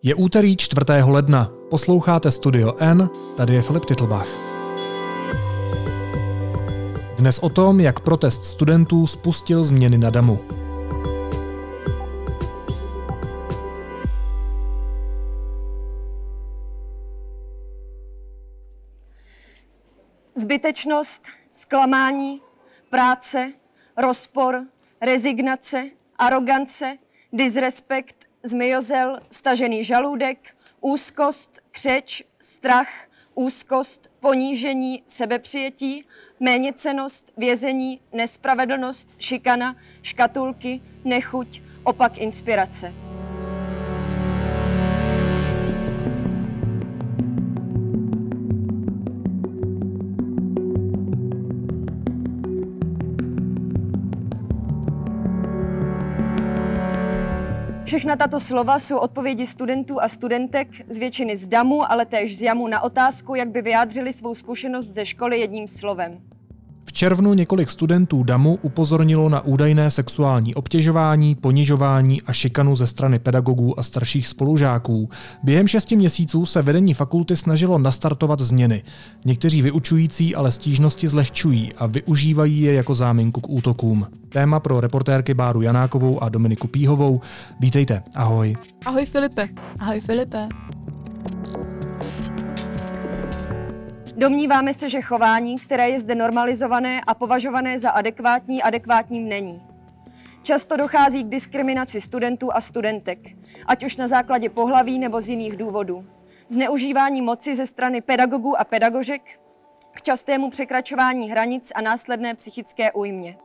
Je úterý 4. ledna. Posloucháte Studio N, tady je Filip Titlbach. Dnes o tom, jak protest studentů spustil změny na DAMu. Zbytečnost, zklamání, práce, rozpor, rezignace, arogance, disrespekt, zmijozel, stažený žaludek, úzkost, křeč, strach, úzkost, ponížení, sebepřijetí, méněcennost, vězení, nespravedlnost, šikana, škatulky, nechuť, opak inspirace. Všechna tato slova jsou odpovědi studentů a studentek z většiny z DAMu, ale též z JAMu na otázku, jak by vyjádřili svou zkušenost ze školy jedním slovem. V červnu několik studentů DAMu upozornilo na údajné sexuální obtěžování, ponižování a šikanu ze strany pedagogů a starších spolužáků. Během 6 měsíců se vedení fakulty snažilo nastartovat změny. Někteří vyučující ale stížnosti zlehčují a využívají je jako záminku k útokům. Téma pro reportérky Báru Janákovou a Dominiku Píhovou. Vítejte, ahoj. Ahoj Filipe. Ahoj Filipe. Domníváme se, že chování, které je zde normalizované a považované za adekvátní, adekvátním není. Často dochází k diskriminaci studentů a studentek, ať už na základě pohlaví nebo z jiných důvodů. Zneužívání moci ze strany pedagogů a pedagožek k častému překračování hranic a následné psychické újmě.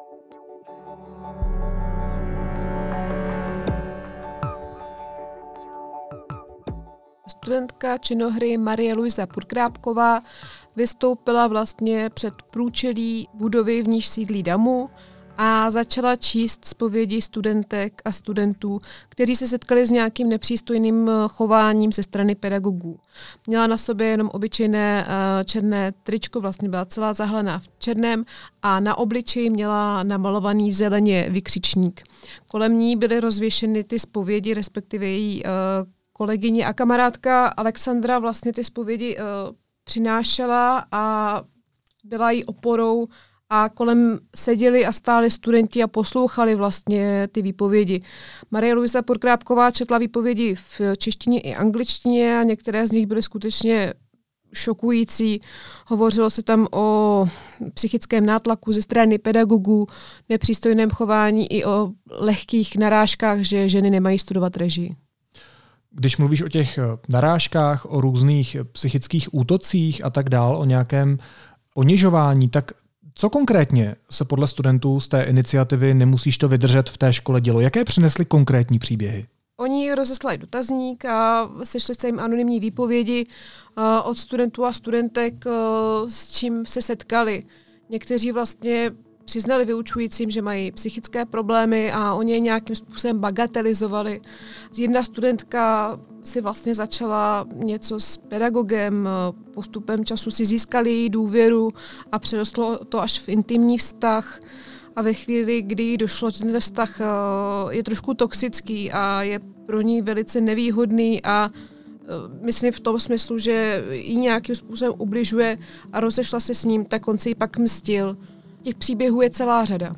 Studentka činohry Marie Luisa Purkrápková vystoupila vlastně před průčelí budovy, v níž sídlí DAMu, a začala číst zpovědi studentek a studentů, kteří se setkali s nějakým nepřístojným chováním ze strany pedagogů. Měla na sobě jenom obyčejné černé tričko, vlastně byla celá zahalená v černém a na obličeji měla namalovaný zeleně vykřičník. Kolem ní byly rozvěšeny ty zpovědi, respektive její kolegyně a kamarádka Alexandra vlastně ty zpovědi přinášela a byla jí oporou a kolem seděli a stáli studenti a poslouchali vlastně ty výpovědi. Marie Luisa Purkrápková četla výpovědi v češtině i angličtině a některé z nich byly skutečně šokující. Hovořilo se tam o psychickém nátlaku ze strany pedagogů, nepřístojném chování i o lehkých narážkách, že ženy nemají studovat režii. Když mluvíš o těch narážkách, o různých psychických útocích a tak dál, o nějakém ponižování, tak co konkrétně se podle studentů z té iniciativy Nemusíš to vydržet v té škole dělo? Jaké přinesly konkrétní příběhy? Oni rozeslali dotazník a sešly se jim anonymní výpovědi od studentů a studentek, s čím se setkali. Někteří vlastně přiznali vyučujícím, že mají psychické problémy a oni je nějakým způsobem bagatelizovali. Jedna studentka si vlastně začala něco s pedagogem, postupem času si získali její důvěru a přerostlo to až v intimní vztah. A ve chvíli, kdy jí došlo, že ten vztah je trošku toxický a je pro ní velice nevýhodný a myslím v tom smyslu, že jí nějakým způsobem ubližuje a rozešla se s ním, tak on se jí pak mstil. Těch příběhů je celá řada.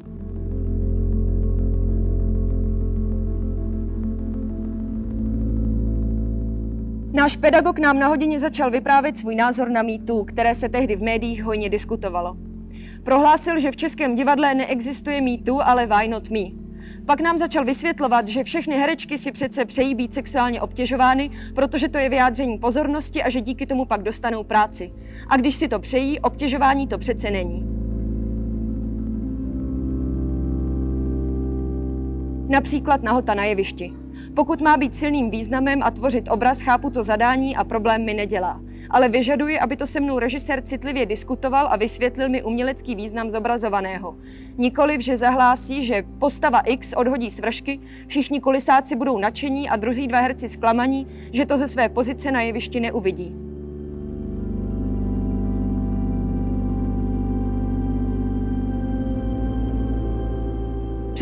Náš pedagog nám na hodině začal vyprávět svůj názor na mýtu, které se tehdy v médiích hojně diskutovalo. Prohlásil, že v Českém divadle neexistuje mýtu, ale why not me. Pak nám začal vysvětlovat, že všechny herečky si přece přejí být sexuálně obtěžovány, protože to je vyjádření pozornosti a že díky tomu pak dostanou práci. A když si to přejí, obtěžování to přece není. Například nahota na jevišti. Pokud má být silným významem a tvořit obraz, chápu to zadání a problém mi nedělá. Ale vyžaduji, aby to se mnou režisér citlivě diskutoval a vysvětlil mi umělecký význam zobrazovaného. Nikoliv, že zahlásí, že postava X odhodí svršky, všichni kulisáci budou nadšení a druzí 2 herci zklamaní, že to ze své pozice na jevišti neuvidí.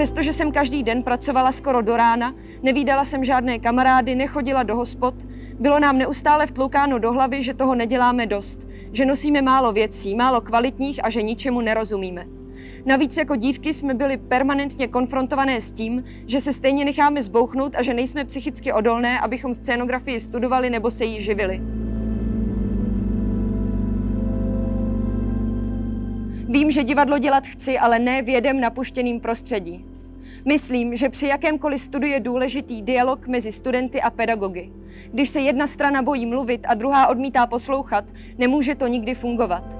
Přestože jsem každý den pracovala skoro do rána, nevídala jsem žádné kamarády, nechodila do hospod, bylo nám neustále vtloukáno do hlavy, že toho neděláme dost, že nosíme málo věcí, málo kvalitních a že ničemu nerozumíme. Navíc jako dívky jsme byli permanentně konfrontované s tím, že se stejně necháme zbouchnout a že nejsme psychicky odolné, abychom scénografii studovali nebo se jí živili. Vím, že divadlo dělat chci, ale ne v jedem napuštěným prostředí. Myslím, že při jakémkoliv studiu je důležitý dialog mezi studenty a pedagogy. Když se jedna strana bojí mluvit a druhá odmítá poslouchat, nemůže to nikdy fungovat.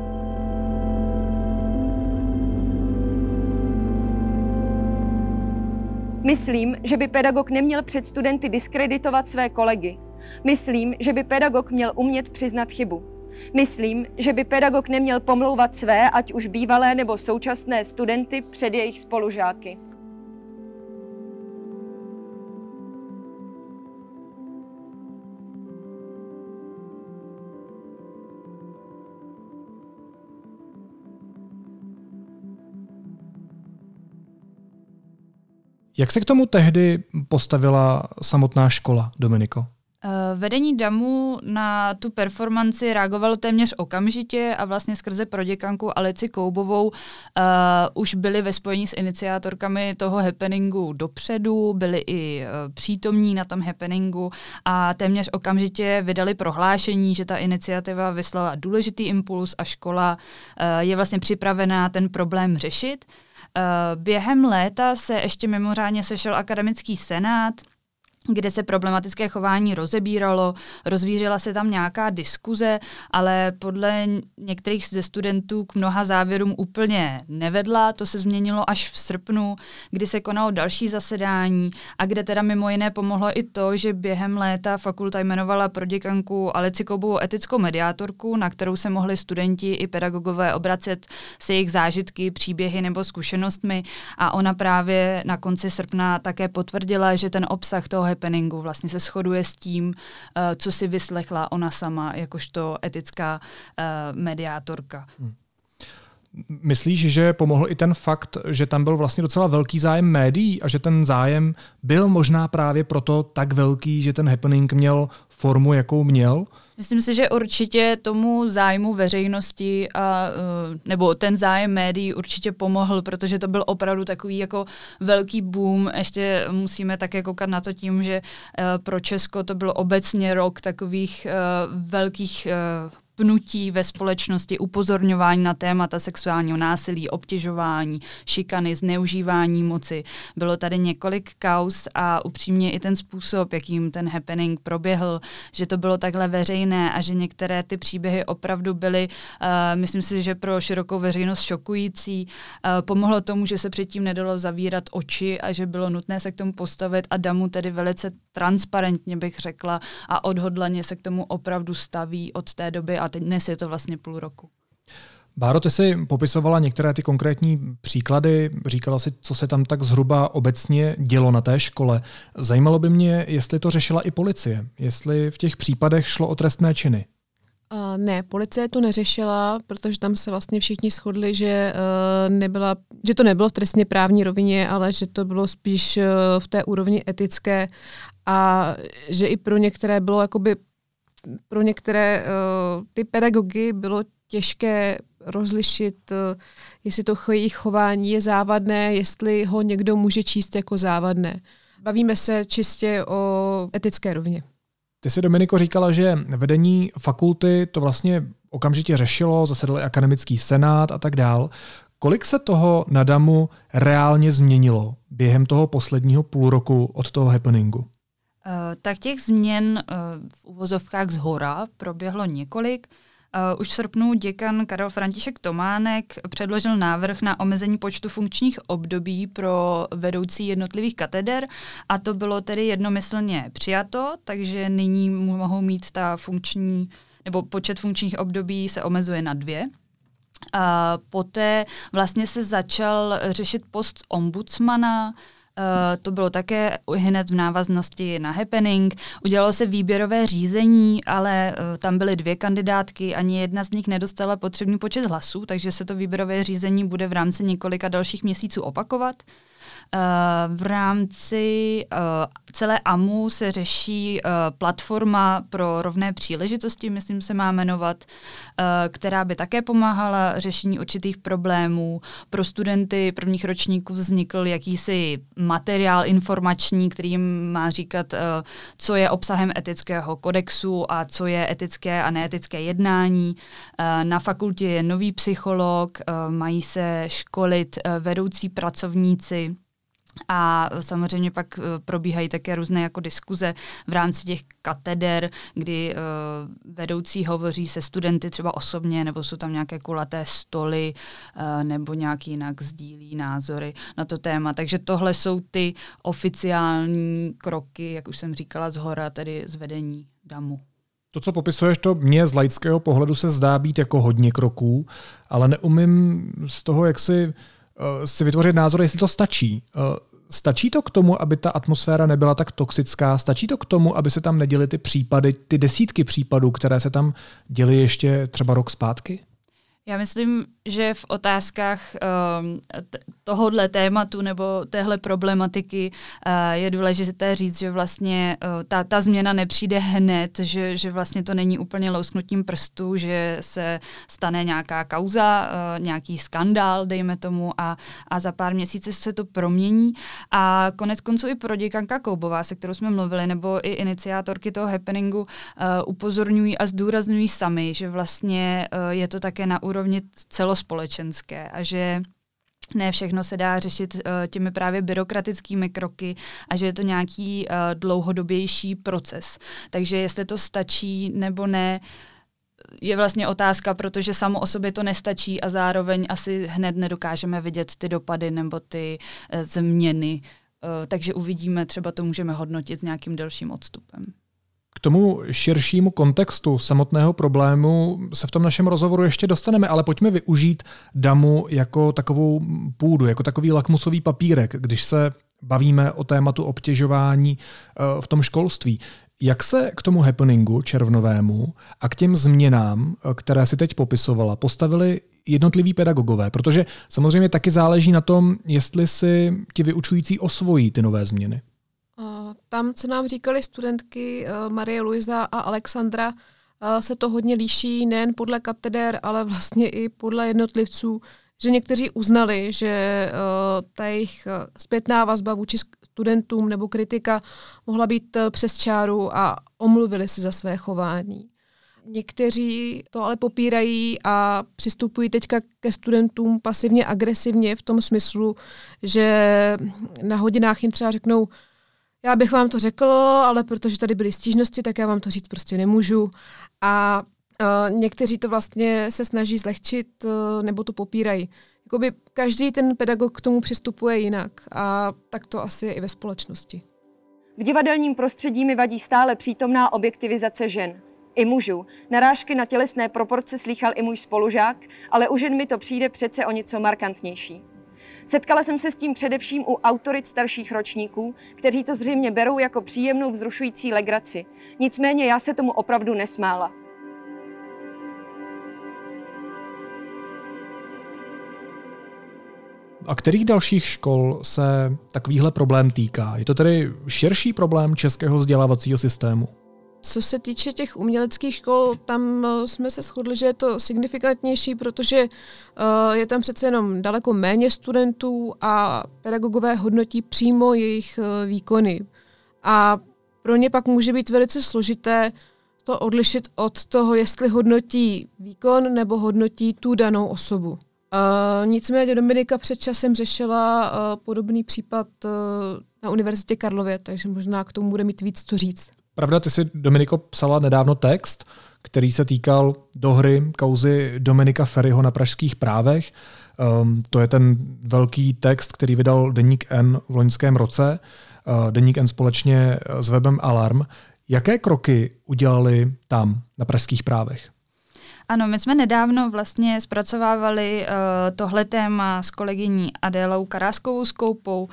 Myslím, že by pedagog neměl před studenty diskreditovat své kolegy. Myslím, že by pedagog měl umět přiznat chybu. Myslím, že by pedagog neměl pomlouvat své, ať už bývalé nebo současné studenty před jejich spolužáky. Jak se k tomu tehdy postavila samotná škola, Dominiko? Vedení DAMu na tu performanci reagovalo téměř okamžitě a vlastně skrze proděkanku Alici Koubovou už byli ve spojení s iniciátorkami toho happeningu dopředu, byli i přítomní na tom happeningu a téměř okamžitě vydali prohlášení, že ta iniciativa vyslala důležitý impuls a škola je vlastně připravená ten problém řešit. Během léta se ještě mimořádně sešel akademický senát, kde se problematické chování rozebíralo, rozvířila se tam nějaká diskuze, ale podle některých ze studentů k mnoha závěrům úplně nevedla. To se změnilo až v srpnu, kdy se konalo další zasedání a kde teda mimo jiné pomohlo i to, že během léta fakulta jmenovala proděkanku Alici Koubovou etickou mediátorku, na kterou se mohli studenti i pedagogové obracet se jejich zážitky, příběhy nebo zkušenostmi a ona právě na konci srpna také potvrdila, že ten obsah toho happeningu vlastně se shoduje s tím, co si vyslechla ona sama, jakožto etická mediátorka. Myslíš, že pomohl i ten fakt, že tam byl vlastně docela velký zájem médií a že ten zájem byl možná právě proto tak velký, že ten happening měl formu, jakou měl? Myslím si, že určitě tomu zájmu veřejnosti nebo ten zájem médií určitě pomohl, protože to byl opravdu takový jako velký boom. Ještě musíme také koukat na to tím, že pro Česko to byl obecně rok takových velkých pnutí ve společnosti, upozorňování na témata sexuálního násilí, obtěžování, šikany, zneužívání moci. Bylo tady několik kauz a upřímně i ten způsob, jakým ten happening proběhl, že to bylo takhle veřejné a že některé ty příběhy opravdu byly, myslím si, že pro širokou veřejnost šokující. Pomohlo tomu, že se předtím nedalo zavírat oči a že bylo nutné se k tomu postavit a DAMu tedy velice transparentně bych řekla a odhodlaně se k tomu opravdu staví od té doby a teď dnes je to vlastně půl roku. Báro, ty jsi popisovala některé ty konkrétní příklady, říkala si, co se tam tak zhruba obecně dělo na té škole. Zajímalo by mě, jestli to řešila i policie, jestli v těch případech šlo o trestné činy. Ne, policie to neřešila, protože tam se vlastně všichni shodli, že to nebylo v trestně právní rovině, ale že to bylo spíš v té úrovni etické a že i pro některé bylo jakoby pro některé ty pedagogy bylo těžké rozlišit, jestli to jejich chování je závadné, jestli ho někdo může číst jako závadné. Bavíme se čistě o etické rovině. Ty jsi, Dominiko, říkala, že vedení fakulty to vlastně okamžitě řešilo, zasedl akademický senát a tak dál. Kolik se toho na DAMu reálně změnilo během toho posledního půl roku od toho happeningu? Tak těch změn v uvozovkách zhora proběhlo několik. Už v srpnu děkan Karel František Tománek předložil návrh na omezení počtu funkčních období pro vedoucí jednotlivých kateder a to bylo tedy jednomyslně přijato, takže nyní mohou mít počet funkčních období se omezuje na 2. A poté vlastně se začal řešit post ombudsmana. To bylo také hned v návaznosti na happening. Udělalo se výběrové řízení, ale tam byly 2 kandidátky, ani jedna z nich nedostala potřebný počet hlasů, takže se to výběrové řízení bude v rámci několika dalších měsíců opakovat. V rámci celé AMU se řeší platforma pro rovné příležitosti, myslím se má jmenovat, která by také pomáhala řešení určitých problémů. Pro studenty prvních ročníků vznikl jakýsi materiál informační, který jim má říkat, co je obsahem etického kodexu a co je etické a neetické jednání. Na fakultě je nový psycholog, mají se školit vedoucí pracovníci a samozřejmě pak probíhají také různé jako diskuze v rámci těch kateder, kdy vedoucí hovoří se studenty třeba osobně, nebo jsou tam nějaké kulaté stoly, nebo nějak jinak sdílí názory na to téma. Takže tohle jsou ty oficiální kroky, jak už jsem říkala, zhora, tedy z vedení DAMu. To, co popisuješ, to mně z laického pohledu se zdá být jako hodně kroků, ale neumím z toho, jak si vytvořit názor, jestli to stačí. Stačí to k tomu, aby ta atmosféra nebyla tak toxická? Stačí to k tomu, aby se tam neděly ty případy, ty desítky případů, které se tam děly ještě třeba rok zpátky? Já myslím, že v otázkách tohohle tématu nebo téhle problematiky je důležité říct, že vlastně ta změna nepřijde hned, že vlastně to není úplně lousknutím prstů, že se stane nějaká kauza, nějaký skandál, dejme tomu, a za pár měsíců se to promění. A konec konců i proděkanka Koubová, se kterou jsme mluvili, nebo i iniciátorky toho happeningu upozorňují a zdůrazňují sami, že vlastně je to také na úrovni celospolečenské a že ne všechno se dá řešit těmi právě byrokratickými kroky a že je to nějaký dlouhodobější proces. Takže jestli to stačí nebo ne, je vlastně otázka, protože samo o sobě to nestačí a zároveň asi hned nedokážeme vidět ty dopady nebo ty změny. Takže uvidíme, třeba to můžeme hodnotit s nějakým delším odstupem. K tomu širšímu kontextu samotného problému se v tom našem rozhovoru ještě dostaneme, ale pojďme využít DAMu jako takovou půdu, jako takový lakmusový papírek, když se bavíme o tématu obtěžování v tom školství. Jak se k tomu happeningu červnovému a k těm změnám, které si teď popisovala, postavili jednotliví pedagogové? Protože samozřejmě taky záleží na tom, jestli si ti vyučující osvojí ty nové změny. Tam, co nám říkali studentky Marie Luisa a Alexandra, se to hodně liší nejen podle kateder, ale vlastně i podle jednotlivců, že někteří uznali, že ta jejich zpětná vazba vůči studentům nebo kritika mohla být přes čáru a omluvili si za své chování. Někteří to ale popírají a přistupují teďka ke studentům pasivně agresivně v tom smyslu, že na hodinách jim třeba řeknou: já bych vám to řekl, ale protože tady byly stížnosti, tak já vám to říct prostě nemůžu. A někteří to vlastně se snaží zlehčit nebo to popírají. Jakoby každý ten pedagog k tomu přistupuje jinak a tak to asi je i ve společnosti. V divadelním prostředí mi vadí stále přítomná objektivizace žen. I mužů. Narážky na tělesné proporce slýchal i můj spolužák, ale u žen mi to přijde přece o něco markantnější. Setkala jsem se s tím především u autorit starších ročníků, kteří to zřejmě berou jako příjemnou vzrušující legraci. Nicméně já se tomu opravdu nesmála. A kterých dalších škol se takovýhle problém týká? Je to tedy širší problém českého vzdělávacího systému? Co se týče těch uměleckých škol, tam jsme se shodli, že je to signifikantnější, protože je tam přece jenom daleko méně studentů a pedagogové hodnotí přímo jejich výkony. A pro ně pak může být velice složité to odlišit od toho, jestli hodnotí výkon nebo hodnotí tu danou osobu. Nicméně Dominika před časem řešila podobný případ na Univerzitě Karlově, takže možná k tomu bude mít víc co říct. Pravda, ty si, Dominiko, psala nedávno text, který se týkal dohry kauzy Dominika Feriho na pražských právech. To je ten velký text, který vydal Deník N v loňském roce. Deník N společně s webem Alarm. Jaké kroky udělali tam na pražských právech? Ano, my jsme nedávno vlastně zpracovávali tohle téma s kolegyní Adélou Karáskovou Skoupou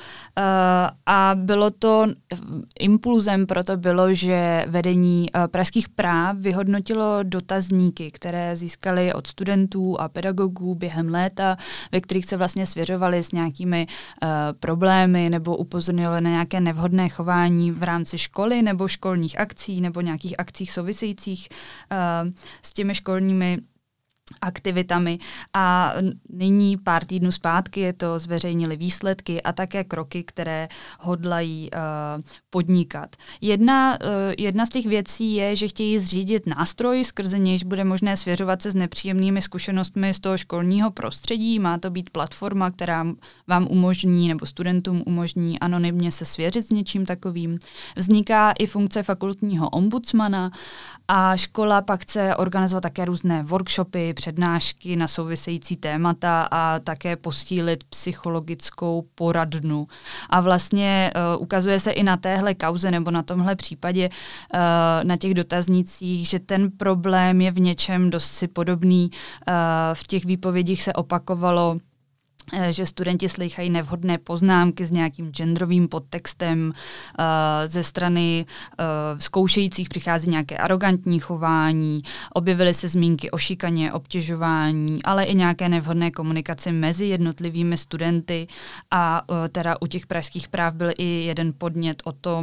a bylo to impulzem, proto bylo, že vedení pražských práv vyhodnotilo dotazníky, které získali od studentů a pedagogů během léta, ve kterých se vlastně svěřovali s nějakými problémy nebo upozornili na nějaké nevhodné chování v rámci školy nebo školních akcí nebo nějakých akcích souvisejících s těmi školními aktivitami a nyní pár týdnů zpátky je to zveřejnili výsledky a také kroky, které hodlají podnikat. Jedna z těch věcí je, že chtějí zřídit nástroj, skrze nějž bude možné svěřovat se s nepříjemnými zkušenostmi z toho školního prostředí. Má to být platforma, která vám umožní nebo studentům umožní anonymně se svěřit s něčím takovým. Vzniká i funkce fakultního ombudsmana a škola pak chce organizovat také různé workshopy, přednášky na související témata a také posílit psychologickou poradnu. A vlastně ukazuje se i na téhle kauze nebo na tomhle případě na těch dotaznicích, že ten problém je v něčem dost si podobný. V těch výpovědích se opakovalo, že studenti slýchají nevhodné poznámky s nějakým genderovým podtextem, ze strany zkoušejících přichází nějaké arrogantní chování, objevily se zmínky o šikaně, obtěžování, ale i nějaké nevhodné komunikace mezi jednotlivými studenty a teda u těch pražských práv byl i jeden podnět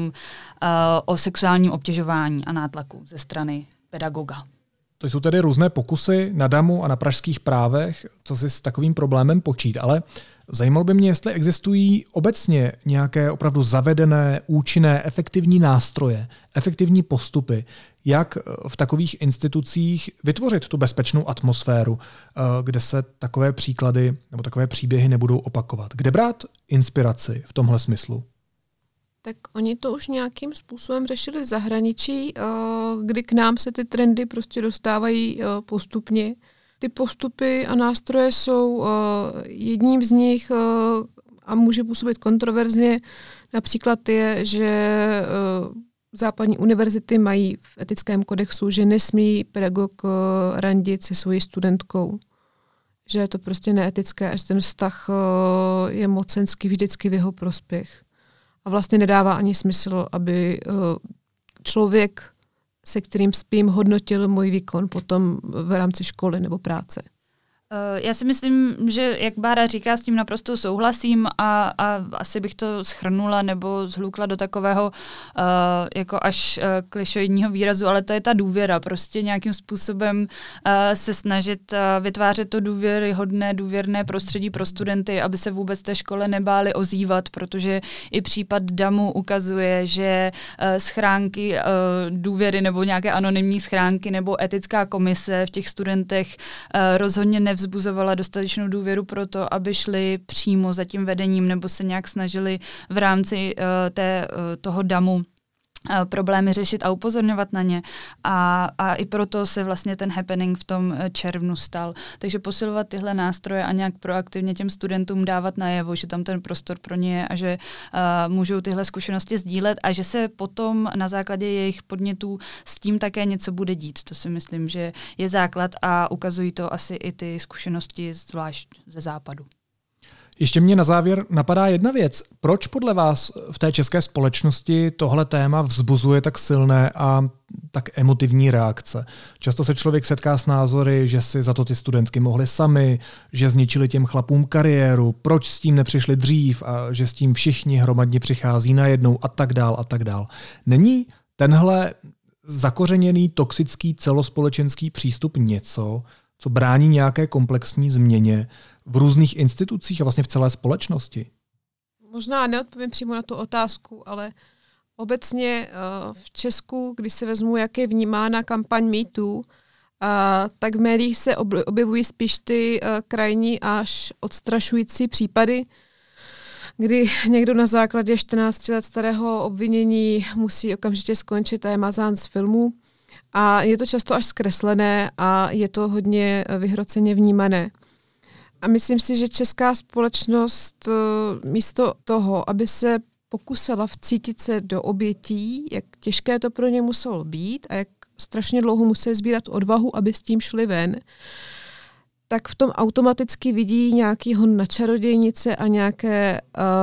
o sexuálním obtěžování a nátlaku ze strany pedagoga. To jsou tedy různé pokusy na DAMu a na pražských právech, co si s takovým problémem počít, ale zajímalo by mě, jestli existují obecně nějaké opravdu zavedené, účinné, efektivní nástroje, efektivní postupy, jak v takových institucích vytvořit tu bezpečnou atmosféru, kde se takové příklady nebo takové příběhy nebudou opakovat. Kde brát inspiraci v tomhle smyslu? Tak oni to už nějakým způsobem řešili v zahraničí, kdy k nám se ty trendy prostě dostávají postupně. Ty postupy a nástroje jsou jedním z nich a může působit kontroverzně. Například je, že západní univerzity mají v etickém kodexu, že nesmí pedagog randit se svojí studentkou. Že je to prostě neetické a že ten vztah je mocenský vždycky v jeho prospěch. A vlastně nedává ani smysl, aby člověk, se kterým spím, hodnotil můj výkon potom v rámci školy nebo práce. Já si myslím, že jak Bára říká, s tím naprosto souhlasím a asi bych to shrnula nebo zhlukla do takového jako až klišoidního výrazu, ale to je ta důvěra. Prostě nějakým způsobem se snažit vytvářet to důvěrné prostředí pro studenty, aby se vůbec té škole nebáli ozývat, protože i případ DAMu ukazuje, že schránky důvěry nebo nějaké anonymní schránky nebo etická komise v těch studentech rozhodně nevzbuzovala dostatečnou důvěru pro to, aby šli přímo za tím vedením nebo se nějak snažili v rámci toho DAMu problémy řešit a upozorňovat na ně. A i proto se vlastně ten happening v tom červnu stal. Takže posilovat tyhle nástroje a nějak proaktivně těm studentům dávat najevo, že tam ten prostor pro ně je a že můžou tyhle zkušenosti sdílet a že se potom na základě jejich podnětů s tím také něco bude dít. To si myslím, že je základ a ukazují to asi i ty zkušenosti zvlášť ze západu. Ještě mě na závěr napadá jedna věc. Proč podle vás v té české společnosti tohle téma vzbuzuje tak silné a tak emotivní reakce? Často se člověk setká s názory, že si za to ty studentky mohly sami, že zničili těm chlapům kariéru, proč s tím nepřišli dřív a že s tím všichni hromadně přichází najednou a tak dál a tak dál. Není tenhle zakořeněný toxický celospolečenský přístup něco, co brání nějaké komplexní změně v různých institucích a vlastně v celé společnosti? Možná neodpovím přímo na tu otázku, ale obecně v Česku, když se vezmu, jak je vnímána kampaň MeToo, tak v médiích se objevují spíš ty krajní až odstrašující případy, kdy někdo na základě 14 let starého obvinění musí okamžitě skončit a je mazán z filmu. A je to často až zkreslené a je to hodně vyhroceně vnímané. A myslím si, že česká společnost místo toho, aby se pokusila vcítit se do obětí, jak těžké to pro ně muselo být a jak strašně dlouho museli sbírat odvahu, aby s tím šli ven, tak v tom automaticky vidí nějakýho na čarodějnice a nějaké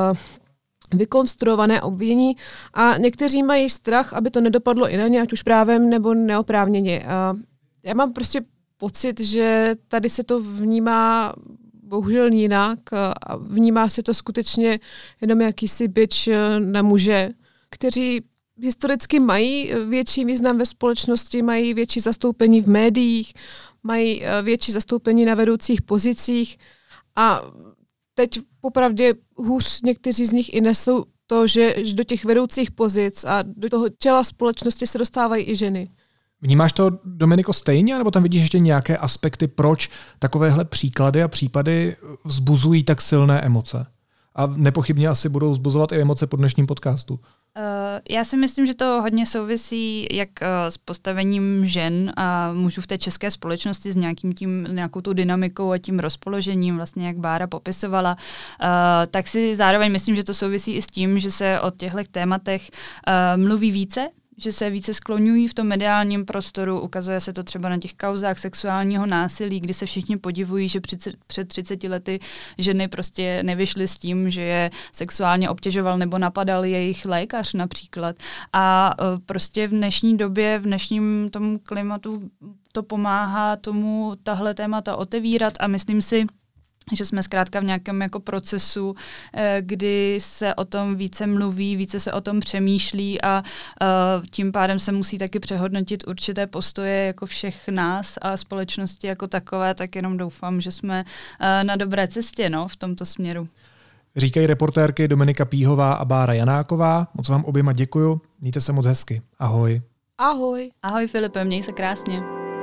vykonstruované obvinění a někteří mají strach, aby to nedopadlo i na ně, ať už právem nebo neoprávněně. Já mám prostě pocit, že tady se to vnímá bohužel jinak a vnímá se to skutečně jenom jakýsi bič na muže, kteří historicky mají větší význam ve společnosti, mají větší zastoupení v médiích, mají větší zastoupení na vedoucích pozicích a teď popravdě hůř někteří z nich i nesou to, že do těch vedoucích pozic a do toho čela společnosti se dostávají i ženy. Vnímáš to, Dominiko, stejně, nebo tam vidíš ještě nějaké aspekty, proč takovéhle příklady a případy vzbuzují tak silné emoce? A nepochybně asi budou vzbuzovat i emoce po dnešním podcastu. Já si myslím, že to hodně souvisí jak s postavením žen a mužů v té české společnosti s nějakou tou dynamikou a tím rozpoložením, vlastně jak Bára popisovala. Tak si zároveň myslím, že to souvisí i s tím, že se o těchto tématech mluví více, že se více skloňují v tom mediálním prostoru. Ukazuje se to třeba na těch kauzách sexuálního násilí, kdy se všichni podivují, že před 30 lety ženy prostě nevyšly s tím, že je sexuálně obtěžoval nebo napadal jejich lékař například. A prostě v dnešní době, v dnešním tomu klimatu to pomáhá tomu tahle témata otevírat a myslím si, že jsme zkrátka v nějakém jako procesu, kdy se o tom více mluví, více se o tom přemýšlí a tím pádem se musí taky přehodnotit určité postoje jako všech nás a společnosti jako takové, tak jenom doufám, že jsme na dobré cestě v tomto směru. Říkají reportérky Dominika Píhová a Bára Janáková. Moc vám oběma děkuju. Mějte se moc hezky. Ahoj. Ahoj. Ahoj Filipe, měj se krásně.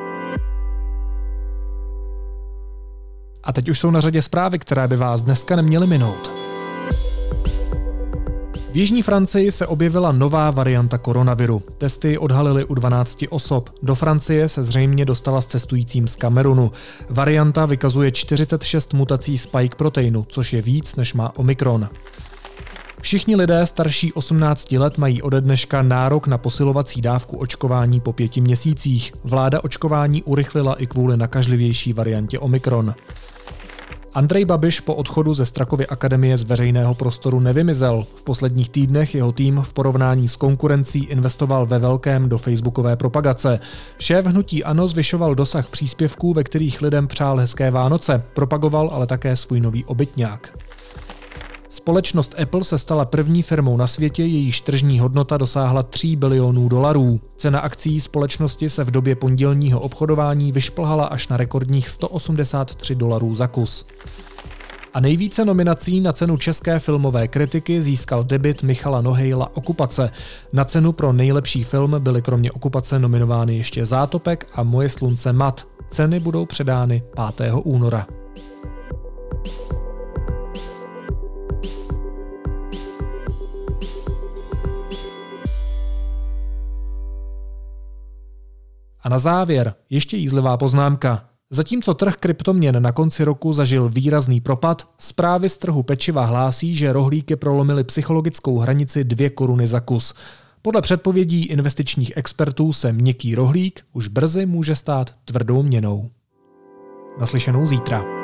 A teď už jsou na řadě zprávy, které by vás dneska neměly minout. V jižní Francii se objevila nová varianta koronaviru. Testy odhalily u 12 osob. Do Francie se zřejmě dostala s cestujícím z Kamerunu. Varianta vykazuje 46 mutací spike proteinu, což je víc, než má Omikron. Všichni lidé starší 18 let mají ode dneška nárok na posilovací dávku očkování po 5 měsících. Vláda očkování urychlila i kvůli nakažlivější variantě Omikron. Andrej Babiš po odchodu ze Strakovy akademie z veřejného prostoru nevymizel. V posledních týdnech jeho tým v porovnání s konkurencí investoval ve velkém do facebookové propagace. Šéf hnutí ANO zvyšoval dosah příspěvků, ve kterých lidem přál hezké Vánoce, propagoval ale také svůj nový obytňák. Společnost Apple se stala první firmou na světě, jejíž tržní hodnota dosáhla $3 bilionů. Cena akcií společnosti se v době pondělního obchodování vyšplhala až na rekordních $183 za kus. A nejvíce nominací na cenu české filmové kritiky získal debut Michala Nohejla Okupace. Na cenu pro nejlepší film byly kromě Okupace nominovány ještě Zátopek a Moje slunce mat. Ceny budou předány 5. února. A na závěr ještě jízlivá poznámka. Zatímco trh kryptoměn na konci roku zažil výrazný propad, zprávy z trhu pečiva hlásí, že rohlíky prolomily psychologickou hranici 2 koruny za kus. Podle předpovědí investičních expertů se měkký rohlík už brzy může stát tvrdou měnou. Naslyšenou zítra.